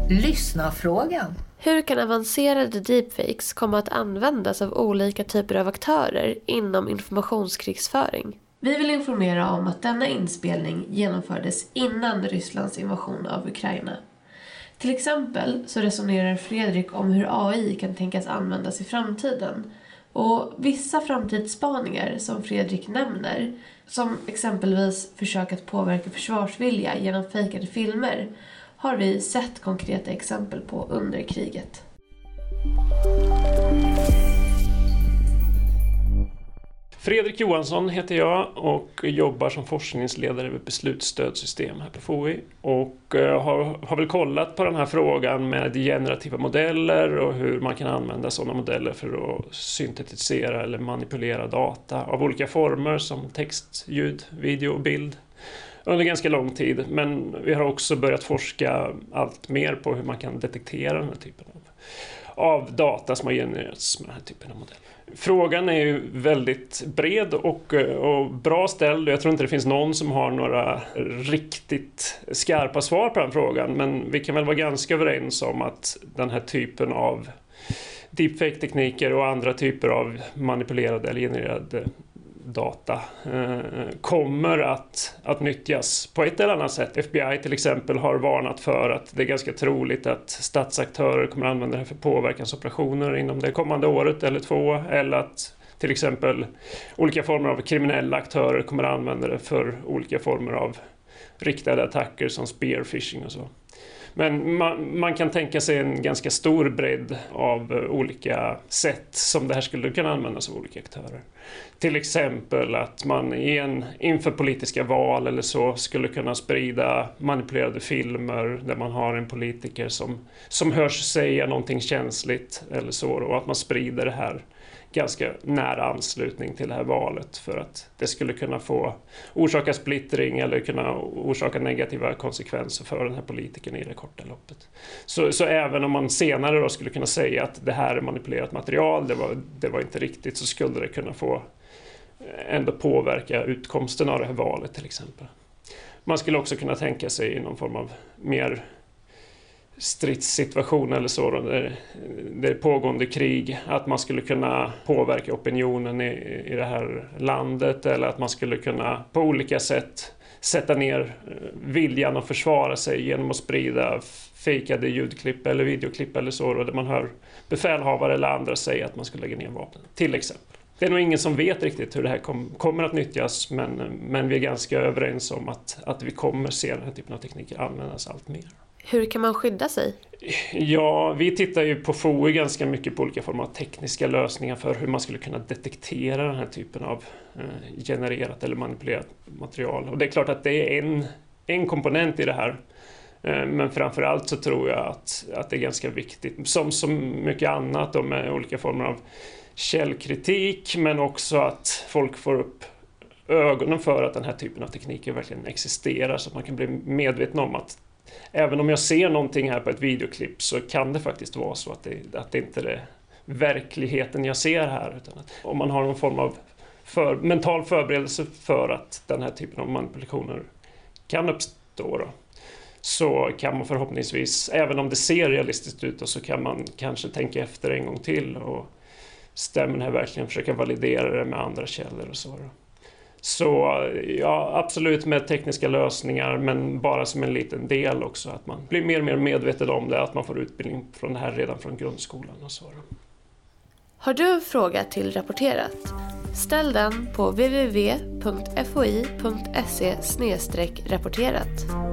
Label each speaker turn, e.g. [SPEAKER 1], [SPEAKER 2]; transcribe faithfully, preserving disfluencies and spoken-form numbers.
[SPEAKER 1] Lyssna frågan.
[SPEAKER 2] Hur kan avancerade deepfakes komma att användas av olika typer av aktörer inom informationskrigsföring?
[SPEAKER 3] Vi vill informera om att denna inspelning genomfördes innan Rysslands invasion av Ukraina. Till exempel så resonerar Fredrik om hur A I kan tänkas användas i framtiden. Och vissa framtidsspaningar som Fredrik nämner, som exempelvis försök att påverka försvarsvilja genom fejkade filmer, har vi sett konkreta exempel på under kriget.
[SPEAKER 4] Fredrik Johansson heter jag och jobbar som forskningsledare vid beslutsstödsystem här på F O I. Och har, har väl kollat på den här frågan med generativa modeller och hur man kan använda sådana modeller för att syntetisera eller manipulera data av olika former som text, ljud, video och bild under ganska lång tid. Men vi har också börjat forska allt mer på hur man kan detektera den här typen av, av data som har genererats med den här typen av modeller. Frågan är ju väldigt bred och, och bra ställd. Jag tror inte det finns någon som har några riktigt skarpa svar på den frågan. Men vi kan väl vara ganska överens om att den här typen av deepfake-tekniker och andra typer av manipulerade eller genererade data eh, kommer att, att nyttjas på ett eller annat sätt. F B I till exempel har varnat för att det är ganska troligt att statsaktörer kommer att använda det för påverkansoperationer inom det kommande året eller två, eller att till exempel olika former av kriminella aktörer kommer att använda det för olika former av riktade attacker som spearfishing och så. Men man, man kan tänka sig en ganska stor bredd av olika sätt som det här skulle kunna användas av olika aktörer. Till exempel att man i en, inför politiska val eller så skulle kunna sprida manipulerade filmer där man har en politiker som, som hörs säga någonting känsligt eller så, och att man sprider det här ganska nära anslutning till det här valet för att det skulle kunna få orsaka splittring eller kunna orsaka negativa konsekvenser för den här politikern i det korta loppet. Så, så även om man senare då skulle kunna säga att det här är manipulerat material, det var, det var inte riktigt, så skulle det kunna få ändå påverka utkomsten av det här valet till exempel. Man skulle också kunna tänka sig i någon form av mer stridssituation eller så, då, där det är pågående krig, att man skulle kunna påverka opinionen i, i det här landet, eller att man skulle kunna på olika sätt sätta ner viljan att försvara sig genom att sprida fejkade ljudklipp eller videoklipp eller så, då, där man hör befälhavare eller andra säga att man ska lägga ner vapen till exempel. Det är nog ingen som vet riktigt hur det här kom, kommer att nyttjas, men, men vi är ganska överens om att, att vi kommer se den här typen av tekniker användas allt mer.
[SPEAKER 2] Hur kan man skydda sig?
[SPEAKER 4] Ja, vi tittar ju på F O I ganska mycket på olika former av tekniska lösningar för hur man skulle kunna detektera den här typen av eh, genererat eller manipulerat material. Och det är klart att det är en, en komponent i det här. Eh, men framförallt så tror jag att, att det är ganska viktigt, som så mycket annat då, med olika former av källkritik, men också att folk får upp ögonen för att den här typen av tekniker verkligen existerar, så att man kan bli medveten om att även om jag ser någonting här på ett videoklipp så kan det faktiskt vara så att det, att det inte är det verkligheten jag ser här, utan att om man har någon form av för, mental förberedelse för att den här typen av manipulationer kan uppstå då, så kan man förhoppningsvis, även om det ser realistiskt ut, så kan man kanske tänka efter en gång till och stämmer här verkligen, försöka validera det med andra källor och så då. Så ja, absolut med tekniska lösningar, men bara som en liten del också, att man blir mer och mer medveten om det, att man får utbildning från det här redan från grundskolan och så.
[SPEAKER 2] Har du en fråga till Rapporterat? Ställ den på w w w punkt f o i punkt s e slash rapporterat.